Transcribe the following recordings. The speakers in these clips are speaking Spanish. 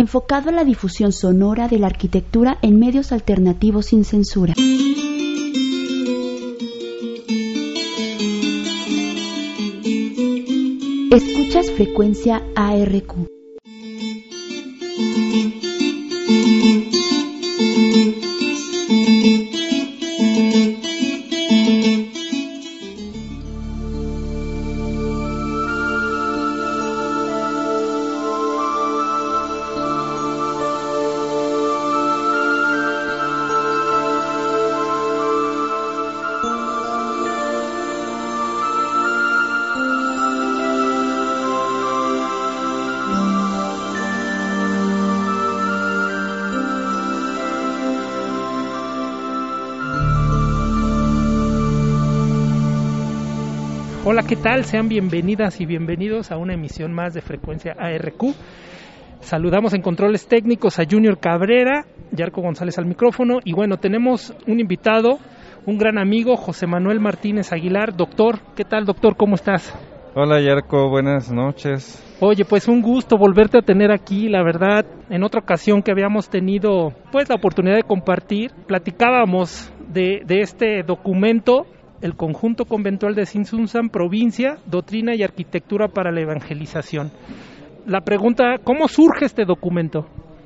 enfocado a la difusión sonora de la arquitectura en medios alternativos sin censura. Escuchas Frecuencia ARQ. Hola, ¿qué tal? Sean bienvenidas y bienvenidos a una emisión más de Frecuencia ARQ. Saludamos en controles técnicos a Junior Cabrera, Yarko González al micrófono. Y bueno, tenemos un invitado, un gran amigo, José Manuel Martínez Aguilar. Doctor, ¿qué tal, doctor? ¿Cómo estás? Hola, Yarko, buenas noches. Oye, pues un gusto volverte a tener aquí, la verdad. En otra ocasión que habíamos tenido pues la oportunidad de compartir, platicábamos de este documento, el Conjunto Conventual de Tzintzuntzan, Provincia, Doctrina y Arquitectura para la Evangelización. La pregunta, ¿cómo surge este documento?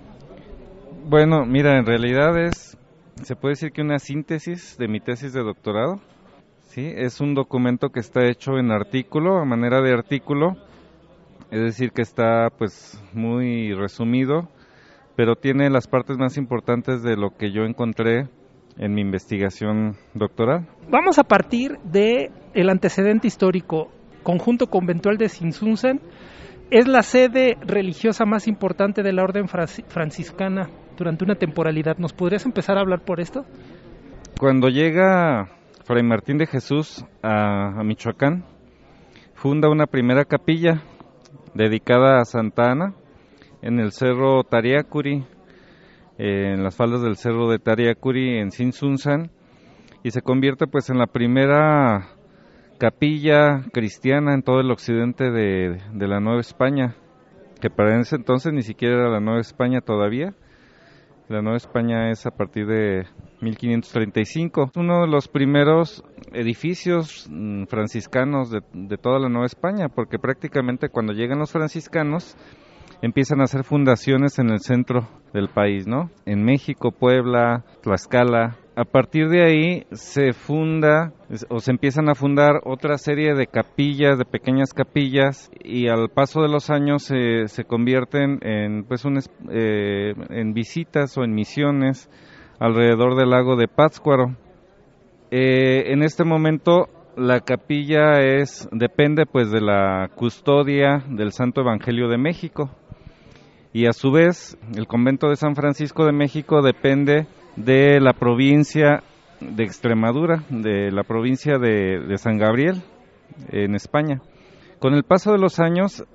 Bueno, mira, en realidad se puede decir que una síntesis de mi tesis de doctorado. Sí, es un documento que está hecho en artículo, a manera de artículo, es decir, que está pues muy resumido, pero tiene las partes más importantes de lo que yo encontré en mi investigación doctoral. Vamos a partir de el antecedente histórico. Conjunto Conventual de Tzintzuntzan es la sede religiosa más importante de la orden franciscana durante una temporalidad. ¿Nos podrías empezar a hablar por esto? Cuando llega Fray Martín de Jesús a Michoacán, funda una primera capilla dedicada a Santa Ana en el cerro Tariacuri, en las faldas del cerro de Tariacuri en Tzintzuntzan, y se convierte pues en la primera capilla cristiana en todo el occidente de la Nueva España, que para ese entonces ni siquiera era la Nueva España todavía. La Nueva España es a partir de 1535. Uno de los primeros edificios franciscanos de toda la Nueva España, porque prácticamente cuando llegan los franciscanos empiezan a hacer fundaciones en el centro del país, ¿no? En México, Puebla, Tlaxcala. A partir de ahí se funda o se empiezan a fundar otra serie de capillas, de pequeñas capillas, y al paso de los años se convierten en pues en visitas o en misiones alrededor del lago de Pátzcuaro. En este momento la capilla depende pues de la custodia del Santo Evangelio de México, y a su vez el convento de San Francisco de México depende de la provincia de Extremadura, de la provincia de San Gabriel en España. Con el paso de los años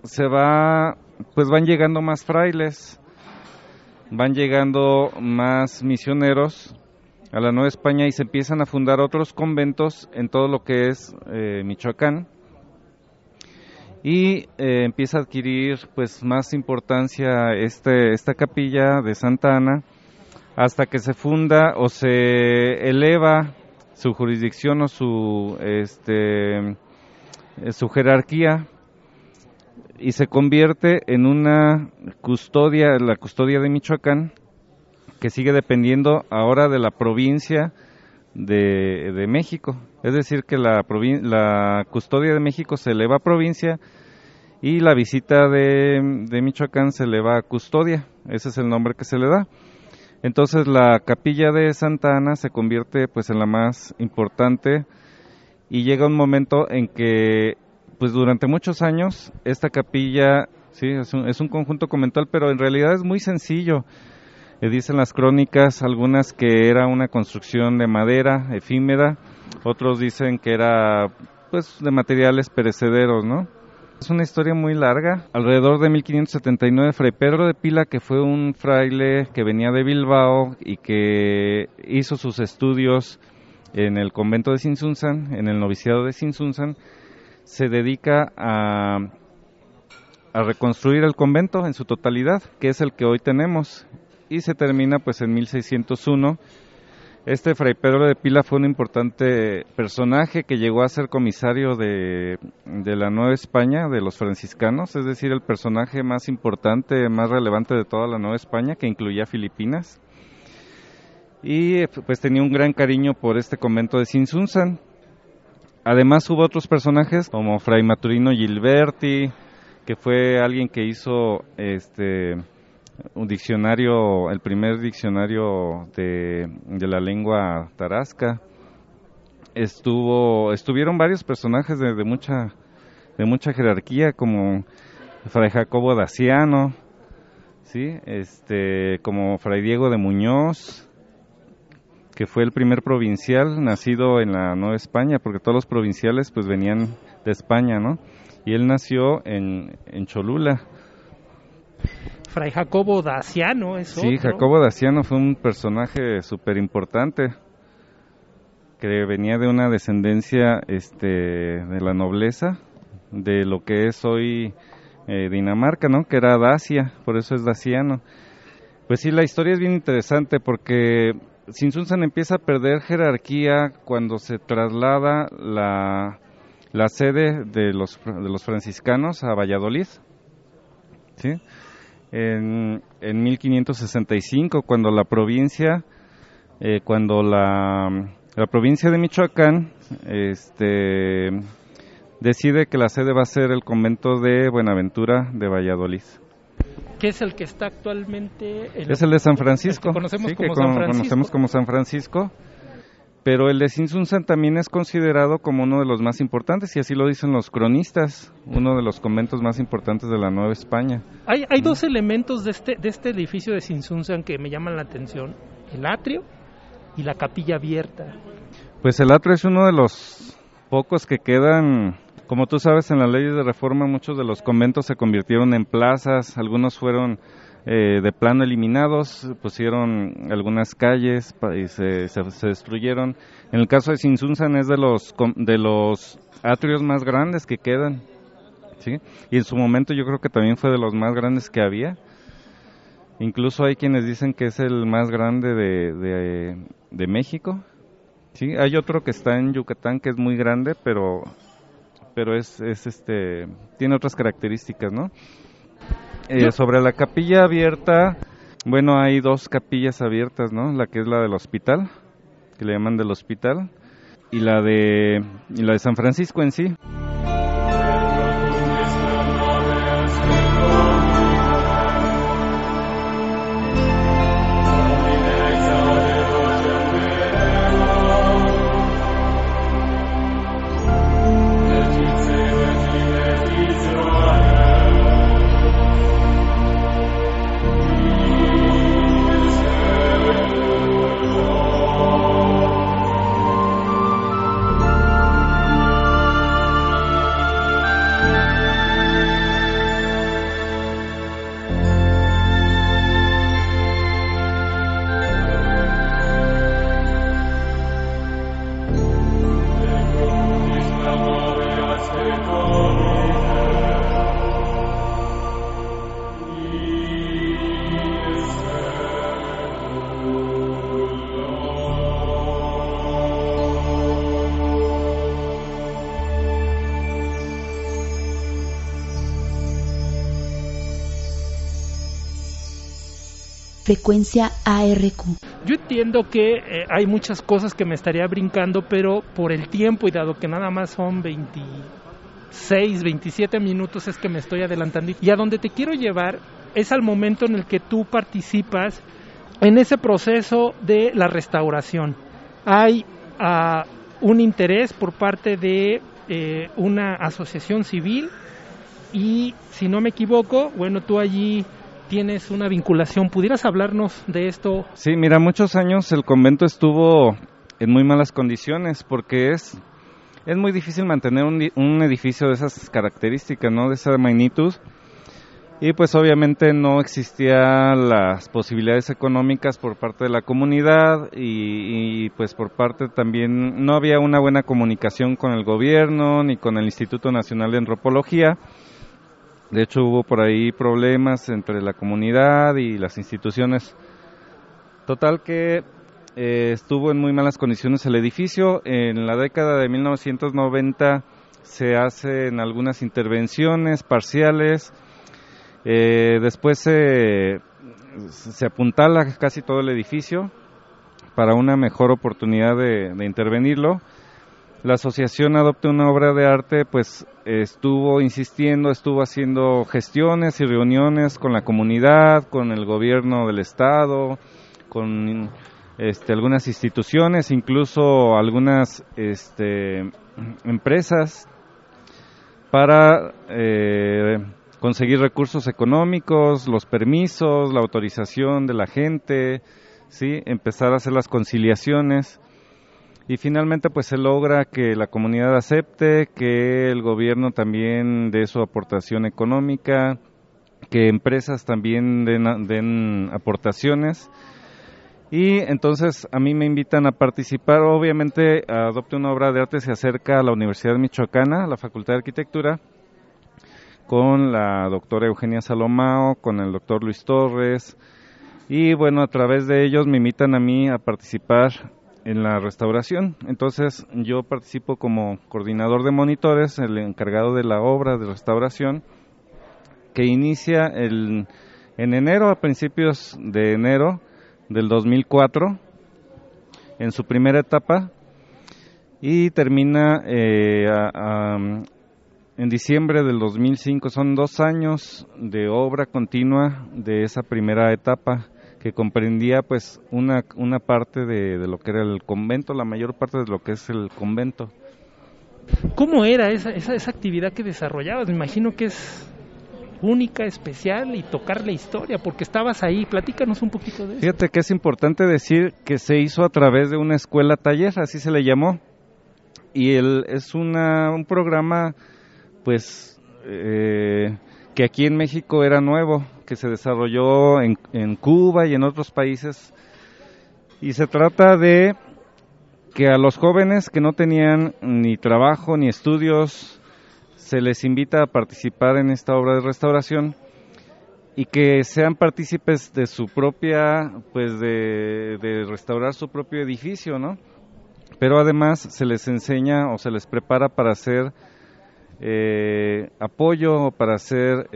van llegando más frailes, van llegando más misioneros a la Nueva España y se empiezan a fundar otros conventos en todo lo que es Michoacán, y empieza a adquirir pues más importancia esta capilla de Santa Ana, hasta que se funda o se eleva su jurisdicción o su jerarquía, y se convierte en una custodia, la custodia de Michoacán, que sigue dependiendo ahora de la provincia de México. Es decir, que la custodia de México se eleva a provincia y la visita de Michoacán se eleva a custodia. Ese es el nombre que se le da. Entonces la capilla de Santa Ana se convierte pues en la más importante, y llega un momento en que pues durante muchos años esta capilla sí es un conjunto conventual, pero en realidad es muy sencillo. Dicen las crónicas algunas que era una construcción de madera efímera, otros dicen que era pues de materiales perecederos, ¿no? Es una historia muy larga. Alrededor de 1579, Fray Pedro de Pila, que fue un fraile que venía de Bilbao y que hizo sus estudios en el convento de Tzintzuntzan, en el noviciado de Tzintzuntzan, se dedica a a reconstruir el convento en su totalidad, que es el que hoy tenemos, y se termina pues en 1601. Este Fray Pedro de Pila fue un importante personaje que llegó a ser comisario de la Nueva España, de los franciscanos, es decir, el personaje más importante, más relevante de toda la Nueva España, que incluía Filipinas. Y pues tenía un gran cariño por este convento de Tzintzuntzan. Además hubo otros personajes como Fray Maturino Gilberti, que fue alguien que hizo un diccionario, el primer diccionario de la lengua tarasca. Estuvieron varios personajes de mucha jerarquía, como Fray Jacobo Daciano, ¿sí? Como Fray Diego de Muñoz, que fue el primer provincial nacido en la Nueva España, porque todos los provinciales pues venían de España, ¿no? Y él nació en Cholula. Fray Jacobo Daciano, ¿es otro? Sí, Jacobo Daciano fue un personaje súper importante, que venía de una descendencia de la nobleza, de lo que es hoy Dinamarca, ¿no? Que era Dacia, por eso es Daciano. Pues sí, la historia es bien interesante porque Tzintzuntzan empieza a perder jerarquía cuando se traslada la sede de los franciscanos a Valladolid, ¿sí? En 1565, cuando la provincia de Michoacán decide que la sede va a ser el convento de Buenaventura de Valladolid. ¿Qué es el que está actualmente? Es el de San Francisco. El que conocemos, sí, como San Francisco. Conocemos como San Francisco, pero el de Tzintzuntzan también es considerado como uno de los más importantes, y así lo dicen los cronistas, uno de los conventos más importantes de la Nueva España. Hay dos elementos de este edificio de Tzintzuntzan que me llaman la atención: el atrio y la capilla abierta. Pues el atrio es uno de los pocos que quedan. Como tú sabes, en las leyes de reforma muchos de los conventos se convirtieron en plazas, algunos fueron de plano eliminados, pusieron algunas calles y se destruyeron. En el caso de Tzintzuntzan es de los atrios más grandes que quedan, ¿sí? Y en su momento yo creo que también fue de los más grandes que había. Incluso hay quienes dicen que es el más grande de México, ¿sí? Hay otro que está en Yucatán que es muy grande, pero tiene otras características, ¿no? Sobre la capilla abierta, bueno, hay dos capillas abiertas, ¿no? La que es la del hospital, que le llaman del hospital, y la de San Francisco en sí. Frecuencia ARQ. Yo entiendo que hay muchas cosas que me estaría brincando, pero por el tiempo y dado que nada más son 26, 27 minutos es que me estoy adelantando. Y a donde te quiero llevar es al momento en el que tú participas en ese proceso de la restauración. Hay un interés por parte de una asociación civil y, si no me equivoco, bueno, tú allí tienes una vinculación. ¿Pudieras hablarnos de esto? Sí, mira, muchos años el convento estuvo en muy malas condiciones porque es muy difícil mantener un edificio de esas características, ¿no? De esa magnitud. Y pues obviamente no existían las posibilidades económicas por parte de la comunidad y pues por parte también no había una buena comunicación con el gobierno ni con el Instituto Nacional de Antropología. De hecho, hubo por ahí problemas entre la comunidad y las instituciones. Total que estuvo en muy malas condiciones el edificio. En la década de 1990 se hacen algunas intervenciones parciales. Después se apuntala casi todo el edificio para una mejor oportunidad de intervenirlo. La asociación Adopte una Obra de Arte pues estuvo insistiendo, estuvo haciendo gestiones y reuniones con la comunidad, con el gobierno del estado, con algunas instituciones, incluso algunas empresas para conseguir recursos económicos, los permisos, la autorización de la gente, ¿sí? Empezar a hacer las conciliaciones. Y finalmente pues se logra que la comunidad acepte, que el gobierno también dé su aportación económica, que empresas también den aportaciones. Y entonces a mí me invitan a participar. Obviamente Adopte una Obra de Arte se acerca a la Universidad Michoacana, a la Facultad de Arquitectura, con la doctora Eugenia Salomao, con el doctor Luis Torres. Y bueno, a través de ellos me invitan a mí a participar en la restauración. Entonces yo participo como coordinador de monitores, el encargado de la obra de restauración, que inicia en enero, a principios de enero del 2004, en su primera etapa, y termina en diciembre del 2005. Son 2 años de obra continua de esa primera etapa, que comprendía pues una parte de lo que era el convento, la mayor parte de lo que es el convento. ¿Cómo era esa actividad que desarrollabas? Me imagino que es única, especial, y tocar la historia, porque estabas ahí. Platícanos un poquito de eso. Fíjate que es importante decir que se hizo a través de una escuela taller, así se le llamó, y es un programa pues que aquí en México era nuevo, que se desarrolló en Cuba y en otros países, y se trata de que a los jóvenes que no tenían ni trabajo ni estudios se les invita a participar en esta obra de restauración y que sean partícipes de su propia, pues de restaurar su propio edificio, ¿no? Pero además se les enseña o se les prepara para hacer apoyo o para ser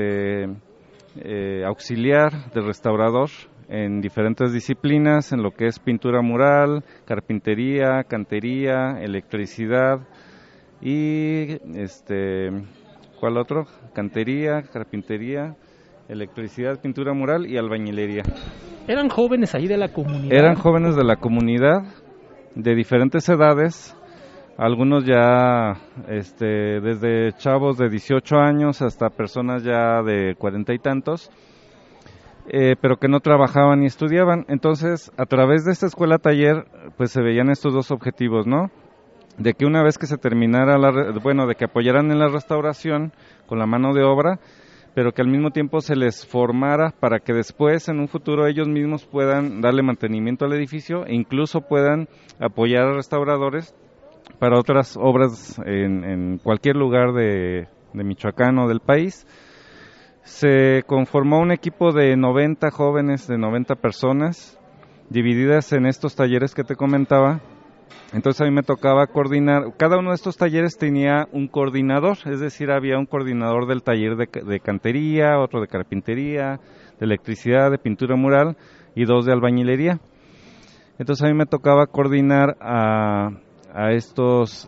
auxiliar de restaurador en diferentes disciplinas, en lo que es pintura mural, carpintería, cantería, electricidad y ¿cuál otro? Cantería, carpintería, electricidad, pintura mural y albañilería. ¿Eran jóvenes ahí de la comunidad? Eran jóvenes de la comunidad, de diferentes edades, algunos ya desde chavos de 18 años hasta personas ya de 40 y tantos, pero que no trabajaban ni estudiaban. Entonces, a través de esta escuela taller, pues se veían estos dos objetivos, ¿no? De que una vez que se terminara de que apoyaran en la restauración con la mano de obra, pero que al mismo tiempo se les formara para que después, en un futuro, ellos mismos puedan darle mantenimiento al edificio e incluso puedan apoyar a restauradores para otras obras en cualquier lugar de Michoacán o del país. Se conformó un equipo de 90 jóvenes, de 90 personas, divididas en estos talleres que te comentaba. Entonces a mí me tocaba coordinar. Cada uno de estos talleres tenía un coordinador, es decir, había un coordinador del taller de cantería, otro de carpintería, de electricidad, de pintura mural y 2 de albañilería. Entonces a mí me tocaba coordinar a estos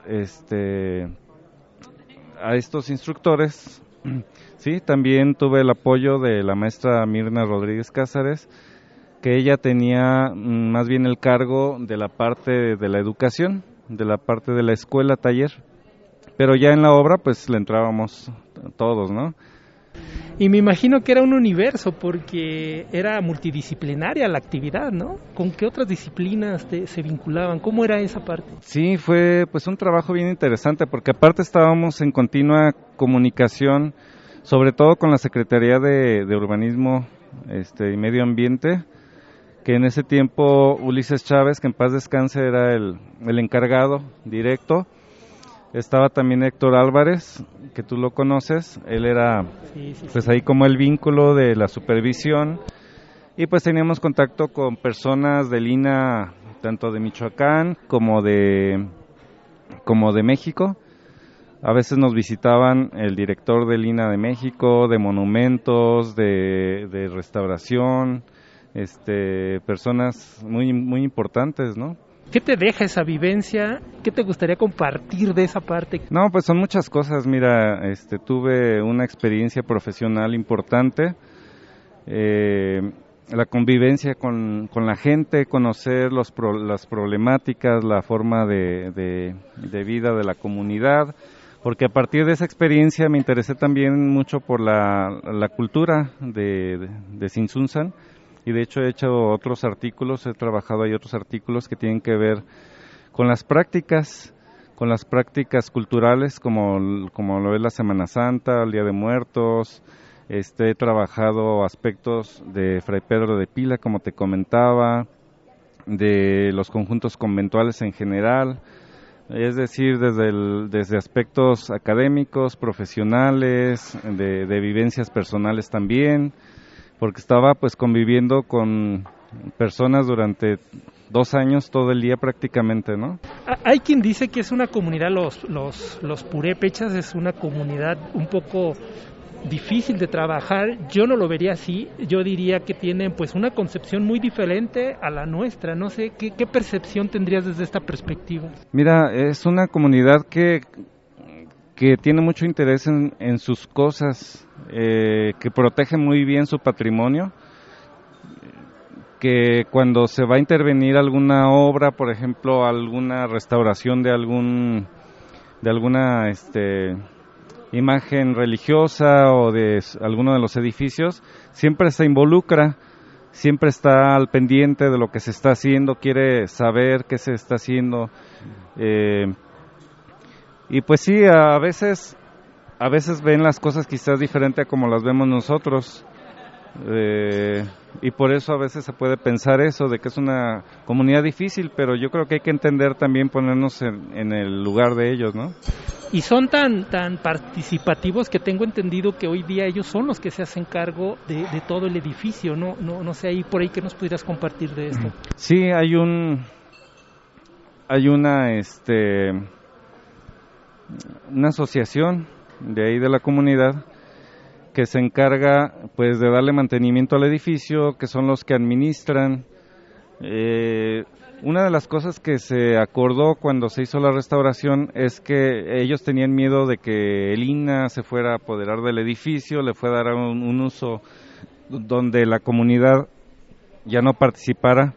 instructores. Sí, también tuve el apoyo de la maestra Mirna Rodríguez Cázares, que ella tenía más bien el cargo de la parte de la educación, de la parte de la escuela taller, pero ya en la obra pues le entrábamos todos, ¿no? Y me imagino que era un universo, porque era multidisciplinaria la actividad, ¿no? ¿Con qué otras disciplinas se vinculaban? ¿Cómo era esa parte? Sí, fue pues un trabajo bien interesante, porque aparte estábamos en continua comunicación, sobre todo con la Secretaría de Urbanismo y Medio Ambiente, que en ese tiempo Ulises Chávez, que en paz descanse, era el encargado directo. Estaba también Héctor Álvarez, que tú lo conoces. Él era pues ahí como el vínculo de la supervisión. Y pues teníamos contacto con personas del INAH, tanto de Michoacán como de México. A veces nos visitaban el director del INAH de México, de monumentos, de restauración, personas muy, muy importantes, ¿no? ¿Qué te deja esa vivencia? ¿Qué te gustaría compartir de esa parte? No, pues son muchas cosas. Mira, tuve una experiencia profesional importante. La convivencia con la gente, conocer las problemáticas, la forma de vida de la comunidad, porque a partir de esa experiencia me interesé también mucho por la cultura de Tzintzuntzan, y de hecho he hecho otros artículos, he trabajado ahí otros artículos que tienen que ver con las prácticas culturales, como lo es la Semana Santa, el Día de Muertos. He trabajado aspectos de Fray Pedro de Pila, como te comentaba, de los conjuntos conventuales en general, es decir, desde aspectos académicos, profesionales, de vivencias personales también, porque estaba pues conviviendo con personas durante 2 años, todo el día prácticamente, ¿no? Hay quien dice que es una comunidad, los purépechas es una comunidad un poco difícil de trabajar. Yo no lo vería así. Yo diría que tienen pues una concepción muy diferente a la nuestra. No sé, ¿qué percepción tendrías desde esta perspectiva? Mira, es una comunidad que tiene mucho interés en sus cosas, que protege muy bien su patrimonio, que cuando se va a intervenir alguna obra, por ejemplo, alguna restauración de alguna imagen religiosa o de alguno de los edificios, siempre se involucra, siempre está al pendiente de lo que se está haciendo, quiere saber qué se está haciendo, y pues sí, a veces ven las cosas quizás diferente a como las vemos nosotros, y por eso a veces se puede pensar eso, de que es una comunidad difícil, pero yo creo que hay que entender también, ponernos en el lugar de ellos, ¿no? Y son tan participativos que tengo entendido que hoy día ellos son los que se hacen cargo de todo el edificio, no sé, ahí por ahí que nos pudieras compartir de esto. Sí, hay una asociación de ahí de la comunidad que se encarga pues de darle mantenimiento al edificio, que son los que administran. Una de las cosas que se acordó cuando se hizo la restauración es que ellos tenían miedo de que el INAH se fuera a apoderar del edificio, le fuera a dar un uso donde la comunidad ya no participara.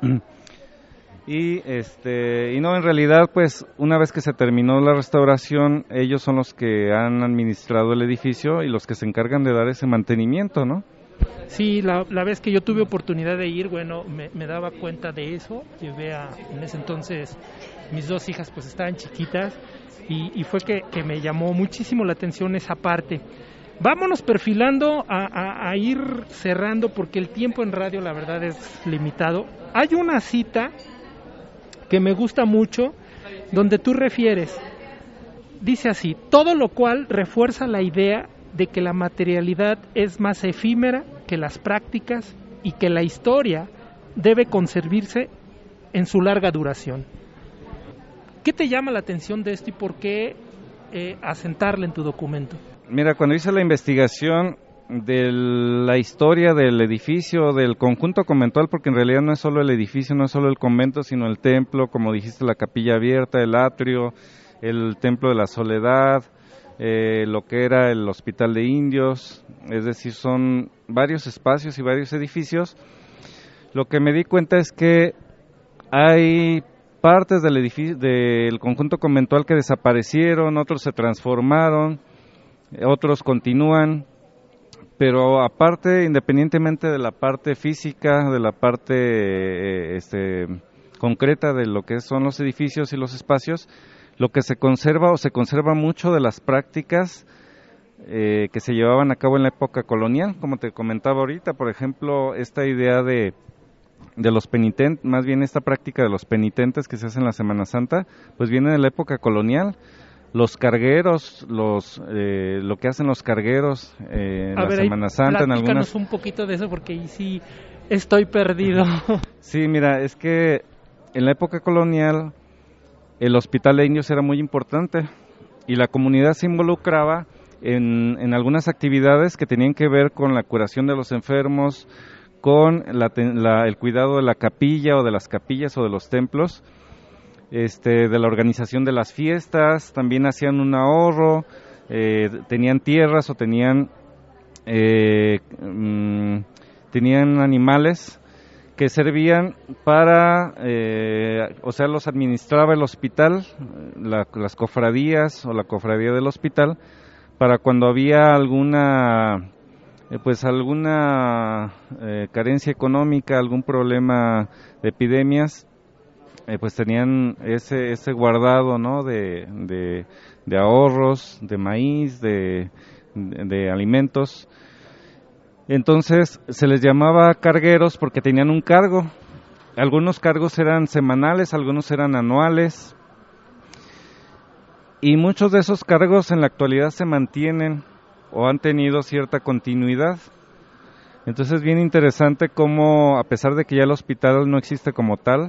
Y no, en realidad pues una vez que se terminó la restauración, ellos son los que han administrado el edificio y los que se encargan de dar ese mantenimiento, ¿no? Sí, la vez que yo tuve oportunidad de ir, bueno, me daba cuenta de eso. Llevé en ese entonces, mis 2 hijas pues estaban chiquitas y fue que me llamó muchísimo la atención esa parte. Vámonos perfilando a ir cerrando porque el tiempo en radio la verdad es limitado. Hay una cita que me gusta mucho donde tú refieres, dice así: todo lo cual refuerza la idea de que la materialidad es más efímera que las prácticas y que la historia debe conservarse en su larga duración. ¿Qué te llama la atención de esto y por qué asentarla en tu documento? Mira, cuando hice la investigación de la historia del edificio, del conjunto conventual, porque en realidad no es solo el edificio, no es solo el convento, sino el templo, como dijiste, la capilla abierta, el atrio, el templo de la Soledad, lo que era el hospital de indios, es decir, son varios espacios y varios edificios. Lo que me di cuenta es que hay partes del edificio, del conjunto conventual, que desaparecieron, otros se transformaron, otros continúan, pero aparte, independientemente de la parte física, de la parte concreta de lo que son los edificios y los espacios, lo que se conserva mucho de las prácticas que se llevaban a cabo en la época colonial, como te comentaba ahorita, por ejemplo, esta idea de los penitentes, más bien esta práctica de los penitentes que se hace en la Semana Santa, pues viene de la época colonial. los cargueros, lo que hacen los cargueros en la Semana Santa, en algunas. Un poquito de eso porque ahí sí estoy perdido. Sí, mira, es que en la época colonial el hospital de indios era muy importante y la comunidad se involucraba en algunas actividades que tenían que ver con la curación de los enfermos, con el cuidado de la capilla o de las capillas o de los templos, de la organización de las fiestas. También hacían un ahorro, tenían tierras o tenían animales que servían para, los administraba el hospital, las cofradías o la cofradía del hospital, para cuando había alguna carencia económica, algún problema de epidemias, pues tenían ese guardado, ¿no? de ahorros, de maíz, de alimentos. Entonces se les llamaba cargueros porque tenían un cargo. Algunos cargos eran semanales, algunos eran anuales. Y muchos de esos cargos en la actualidad se mantienen o han tenido cierta continuidad. Entonces es bien interesante cómo, a pesar de que ya el hospital no existe como tal,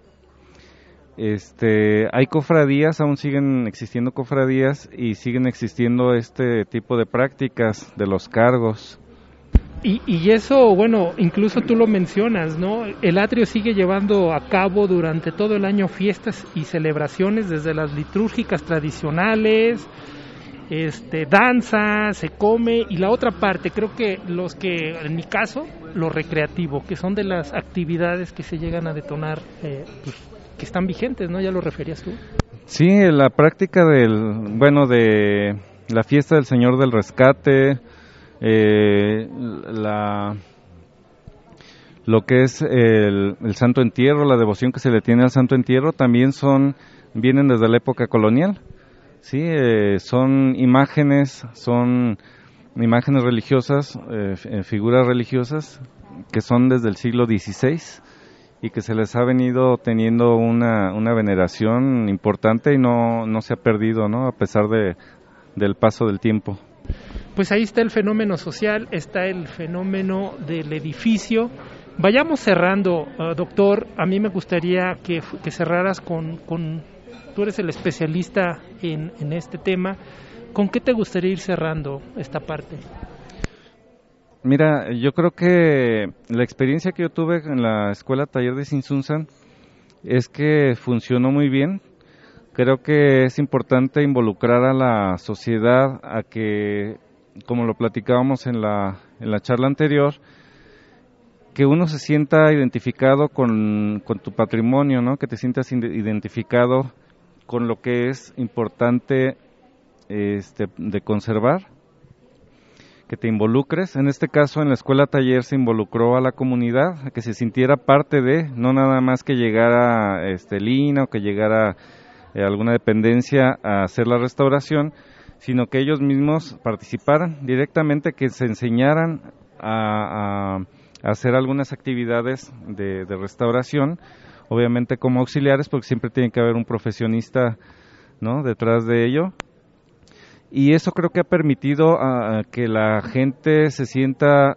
hay cofradías, aún siguen existiendo cofradías y siguen existiendo este tipo de prácticas de los cargos. Y eso, bueno, incluso tú lo mencionas, ¿no? El atrio sigue llevando a cabo durante todo el año fiestas y celebraciones, desde las litúrgicas tradicionales, danza, se come, y la otra parte, creo que en mi caso, lo recreativo, que son de las actividades que se llegan a detonar, que están vigentes, ¿no? Ya lo referías tú. Sí, la práctica de la fiesta del Señor del Rescate, lo que es el Santo Entierro, la devoción que se le tiene al Santo Entierro, también vienen desde la época colonial. Sí, son imágenes religiosas, figuras religiosas que son desde el siglo XVI y que se les ha venido teniendo una veneración importante y no se ha perdido, ¿no? A pesar del paso del tiempo. Pues ahí está el fenómeno social, está el fenómeno del edificio. Vayamos cerrando, doctor. A mí me gustaría que cerraras con tú eres el especialista en este tema. ¿Con qué te gustaría ir cerrando esta parte? Mira, yo creo que la experiencia que yo tuve en la Escuela Taller de Tzintzuntzan es que funcionó muy bien. Creo que es importante involucrar a la sociedad a que, como lo platicábamos en la charla anterior, que uno se sienta identificado con tu patrimonio, ¿no? Que te sientas identificado con lo que es importante de conservar, que te involucres. En este caso, en la Escuela Taller se involucró a la comunidad, a que se sintiera parte de, no nada más que llegara el INA o que llegara alguna dependencia a hacer la restauración, sino que ellos mismos participaran directamente, que se enseñaran a hacer algunas actividades de restauración, obviamente como auxiliares, porque siempre tiene que haber un profesionista, ¿no?, detrás de ello. Y eso creo que ha permitido que la gente se sienta,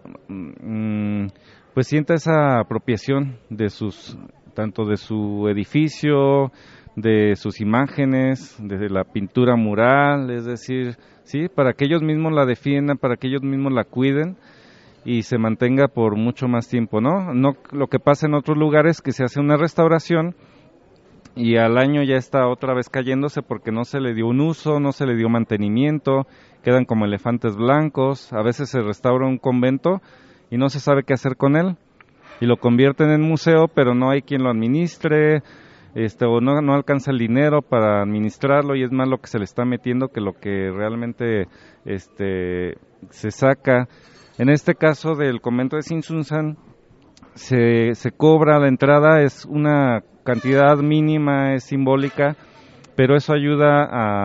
sienta esa apropiación tanto de su edificio, de sus imágenes, de la pintura mural, es decir, sí, para que ellos mismos la defiendan, para que ellos mismos la cuiden y se mantenga por mucho más tiempo, ¿no? No lo que pasa en otros lugares, que se hace una restauración y al año ya está otra vez cayéndose porque no se le dio un uso, no se le dio mantenimiento, quedan como elefantes blancos. A veces se restaura un convento y no se sabe qué hacer con él y lo convierten en museo, pero no hay quien lo administre, o no alcanza el dinero para administrarlo, y es más lo que se le está metiendo que lo que realmente se saca. En este caso del convento de Tzintzuntzan se cobra la entrada, es una cantidad mínima, es simbólica, pero eso ayuda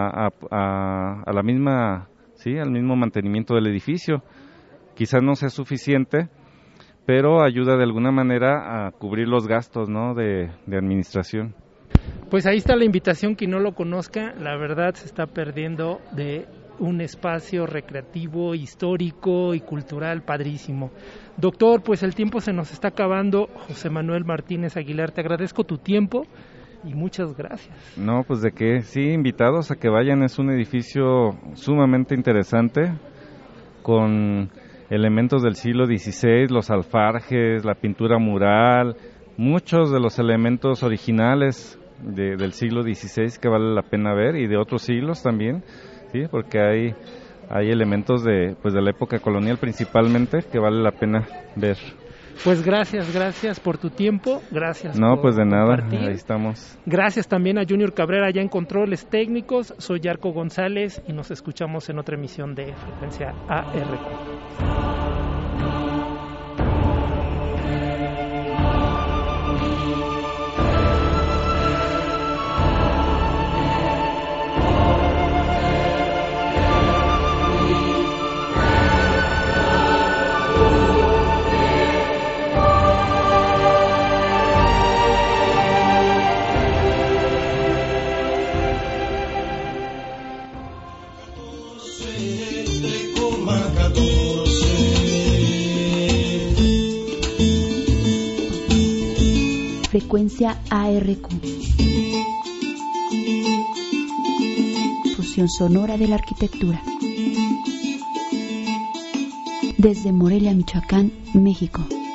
a la misma, sí, al mismo mantenimiento del edificio. Quizás no sea suficiente, pero ayuda de alguna manera a cubrir los gastos, ¿no?, de administración. Pues ahí está la invitación, quien no lo conozca, la verdad se está perdiendo de un espacio recreativo, histórico y cultural padrísimo. Doctor, pues el tiempo se nos está acabando. José Manuel Martínez Aguilar, te agradezco tu tiempo y muchas gracias. No, pues de qué, sí, invitados a que vayan, es un edificio sumamente interesante, con elementos del siglo XVI, los alfarjes, la pintura mural, muchos de los elementos originales del siglo XVI que vale la pena ver, y de otros siglos también, sí, porque hay elementos de la época colonial principalmente que vale la pena ver. Pues gracias por tu tiempo, gracias. No, por pues de nada, compartir. Ahí estamos. Gracias también a Junior Cabrera allá en controles técnicos. Soy Yarko González y nos escuchamos en otra emisión de Frecuencia ARQ. Frecuencia ARQ. Fusión sonora de la arquitectura. Desde Morelia, Michoacán, México.